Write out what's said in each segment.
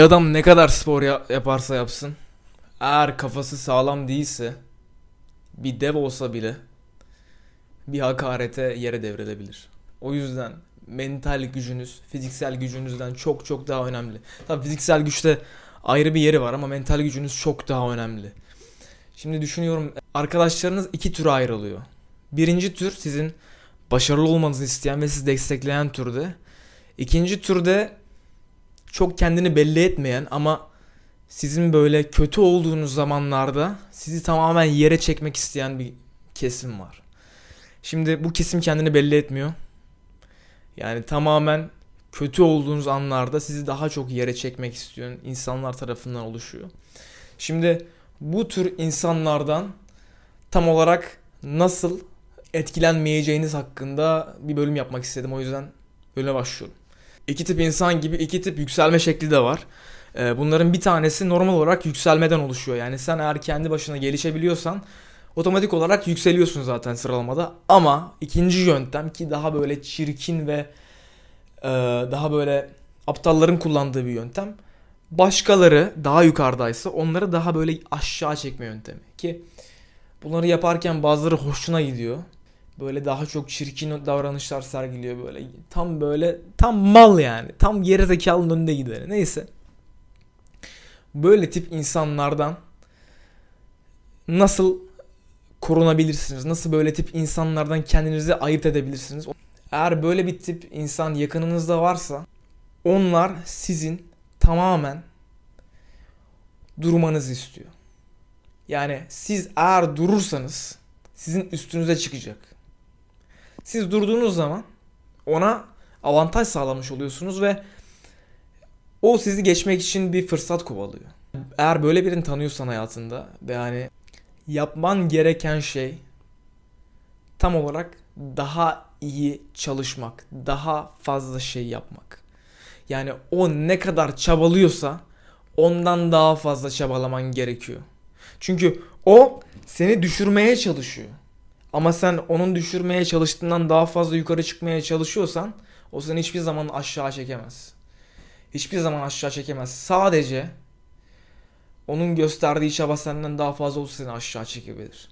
Adam ne kadar spor yaparsa yapsın, eğer kafası sağlam değilse bir dev olsa bile bir hakarete yere devrilebilir. O yüzden mental gücünüz fiziksel gücünüzden çok çok daha önemli. Tabii fiziksel güçte ayrı bir yeri var ama mental gücünüz çok daha önemli. Şimdi düşünüyorum, arkadaşlarınız iki türe ayrılıyor. Birinci tür sizin başarılı olmanızı isteyen ve sizi destekleyen türde. İkinci türde çok kendini belli etmeyen ama sizin böyle kötü olduğunuz zamanlarda sizi tamamen yere çekmek isteyen bir kesim var. Şimdi bu kesim kendini belli etmiyor. Yani tamamen kötü olduğunuz anlarda sizi daha çok yere çekmek isteyen insanlar tarafından oluşuyor. Şimdi bu tür insanlardan tam olarak nasıl etkilenmeyeceğiniz hakkında bir bölüm yapmak istedim. O yüzden bölüme başlıyorum. İki tip insan gibi iki tip yükselme şekli de var. Bunların bir tanesi normal olarak yükselmeden oluşuyor. Yani sen eğer kendi başına gelişebiliyorsan otomatik olarak yükseliyorsun zaten sıralamada. Ama ikinci yöntem, ki daha böyle çirkin ve daha böyle aptalların kullandığı bir yöntem. Başkaları daha yukarıdaysa onları daha böyle aşağı çekme yöntemi. Ki bunları yaparken bazıları hoşuna gidiyor. Böyle daha çok çirkin davranışlar sergiliyor böyle. Tam böyle tam mal yani. Tam geri zekalının önünde gideri. Neyse. Böyle tip insanlardan nasıl korunabilirsiniz? Nasıl böyle tip insanlardan kendinizi ayırt edebilirsiniz? Eğer böyle bir tip insan yakınınızda varsa onlar sizin tamamen durmanızı istiyor. Yani siz eğer durursanız sizin üstünüze çıkacak. Siz durduğunuz zaman ona avantaj sağlamış oluyorsunuz ve o sizi geçmek için bir fırsat kovalıyor. Eğer böyle birini tanıyorsan hayatında ve yani yapman gereken şey tam olarak daha iyi çalışmak, daha fazla şey yapmak. Yani o ne kadar çabalıyorsa ondan daha fazla çabalaman gerekiyor. Çünkü o seni düşürmeye çalışıyor. Ama sen onun düşürmeye çalıştığından daha fazla yukarı çıkmaya çalışıyorsan o seni hiçbir zaman aşağı çekemez. Hiçbir zaman aşağı çekemez. Sadece onun gösterdiği çaba senden daha fazla olsa seni aşağı çekebilir.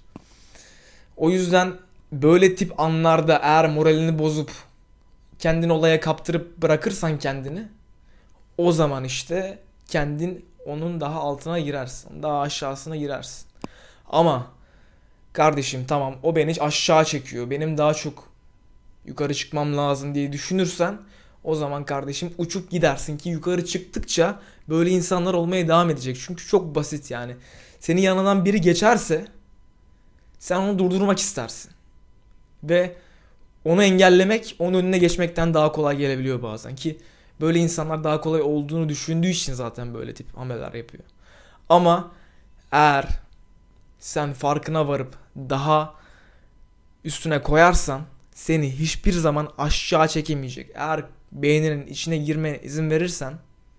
O yüzden böyle tip anlarda eğer moralini bozup kendini olaya kaptırıp bırakırsan kendini, o zaman işte kendin onun daha altına girersin. Daha aşağısına girersin. Ama kardeşim tamam, o beni aşağı çekiyor, benim daha çok yukarı çıkmam lazım diye düşünürsen o zaman kardeşim uçup gidersin ki yukarı çıktıkça böyle insanlar olmaya devam edecek. Çünkü çok basit yani. Senin yanından biri geçerse sen onu durdurmak istersin. Ve onu engellemek onun önüne geçmekten daha kolay gelebiliyor bazen ki böyle insanlar daha kolay olduğunu düşündüğü için zaten böyle tip hamleler yapıyor. Ama eğer sen farkına varıp daha üstüne koyarsan seni hiçbir zaman aşağı çekemeyecek. Eğer beyninin içine girmeye izin verirsen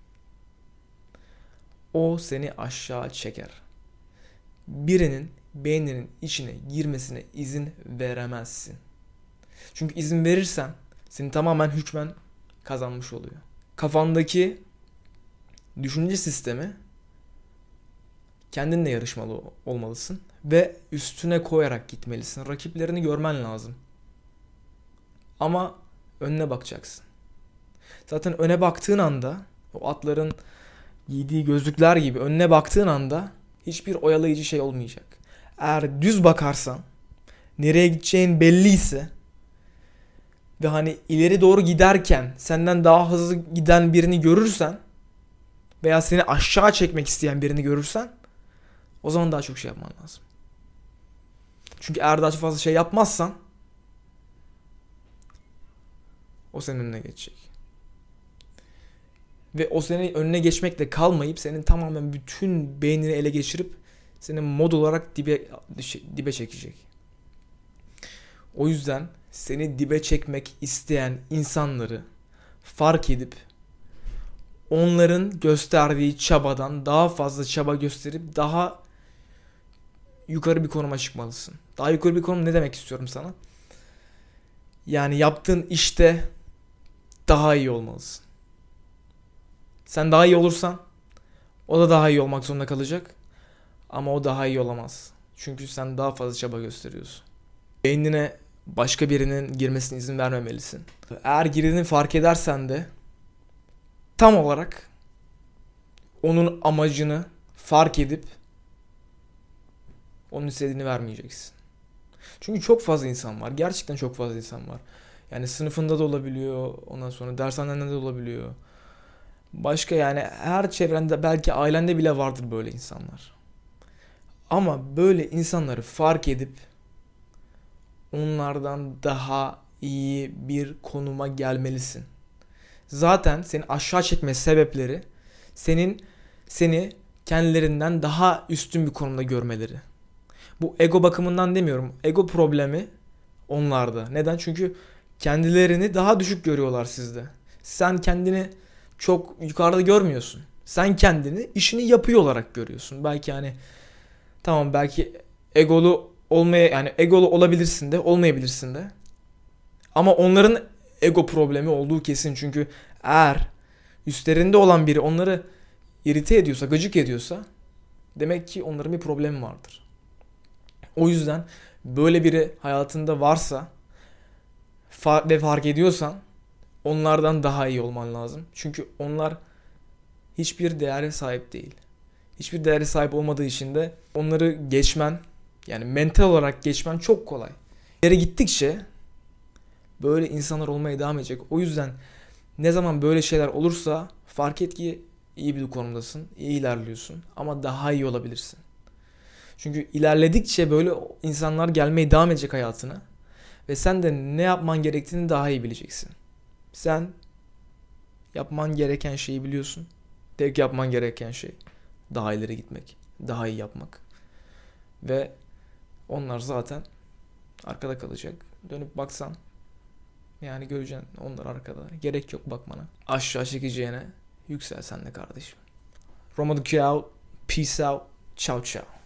o seni aşağı çeker. Birinin beyninin içine girmesine izin veremezsin. Çünkü izin verirsen seni tamamen hükmen kazanmış oluyor. Kafandaki düşünce sistemi kendinle yarışmalı olmalısın ve üstüne koyarak gitmelisin. Rakiplerini görmen lazım. Ama önüne bakacaksın. Zaten öne baktığın anda o atların giydiği gözlükler gibi önüne baktığın anda hiçbir oyalayıcı şey olmayacak. Eğer düz bakarsan, nereye gideceğin belliyse ve hani ileri doğru giderken senden daha hızlı giden birini görürsen veya seni aşağı çekmek isteyen birini görürsen o zaman daha çok şey yapman lazım. Çünkü eğer daha fazla şey yapmazsan o senin önüne geçecek. Ve o senin önüne geçmekle kalmayıp senin tamamen bütün beynini ele geçirip seni mod olarak dibe çekecek. O yüzden seni dibe çekmek isteyen insanları fark edip onların gösterdiği çabadan daha fazla çaba gösterip daha yukarı bir konuma çıkmalısın. Daha yukarı bir konum ne demek istiyorum sana? Yani yaptığın işte daha iyi olmalısın. Sen daha iyi olursan O da daha iyi olmak zorunda kalacak. Ama o daha iyi olamaz. Çünkü sen daha fazla çaba gösteriyorsun. Beynine başka birinin girmesine izin vermemelisin. Eğer girdiğini fark edersen de tam olarak onun amacını fark edip onun istediğini vermeyeceksin. Çünkü çok fazla insan var. Gerçekten çok fazla insan var. Yani sınıfında da olabiliyor. Ondan sonra dershanede de olabiliyor. Başka yani her çevrende belki ailende bile vardır böyle insanlar. Ama böyle insanları fark edip onlardan daha iyi bir konuma gelmelisin. Zaten seni aşağı çekme sebepleri seni kendilerinden daha üstün bir konumda görmeleri. Bu ego bakımından demiyorum. Ego problemi onlarda. Neden? Çünkü kendilerini daha düşük görüyorlar sizde. Sen kendini çok yukarıda görmüyorsun. Sen kendini işini yapıyor olarak görüyorsun. Belki hani tamam belki egolu olabilirsin de olmayabilirsin de. Ama onların ego problemi olduğu kesin. Çünkü eğer üstlerinde olan biri onları irite ediyorsa, gıcık ediyorsa demek ki onların bir problemi vardır. O yüzden böyle biri hayatında varsa ve fark ediyorsan onlardan daha iyi olman lazım. Çünkü onlar hiçbir değere sahip değil. Hiçbir değere sahip olmadığı için de onları geçmen, yani mental olarak geçmen çok kolay. İleri gittikçe böyle insanlar olmaya devam edecek. O yüzden ne zaman böyle şeyler olursa fark et ki iyi bir konumdasın, iyi ilerliyorsun ama daha iyi olabilirsin. Çünkü ilerledikçe böyle insanlar gelmeye devam edecek hayatına ve sen de ne yapman gerektiğini daha iyi bileceksin. Sen yapman gereken şeyi biliyorsun. Tek yapman gereken şey daha ileri gitmek, daha iyi yapmak. Ve onlar zaten arkada kalacak. Dönüp baksan yani göreceksin onlar arkada. Gerek yok bakmana. Aşağı çekeceğine yüksel sen de kardeşim. Roma Dukiao, peace out, ciao ciao.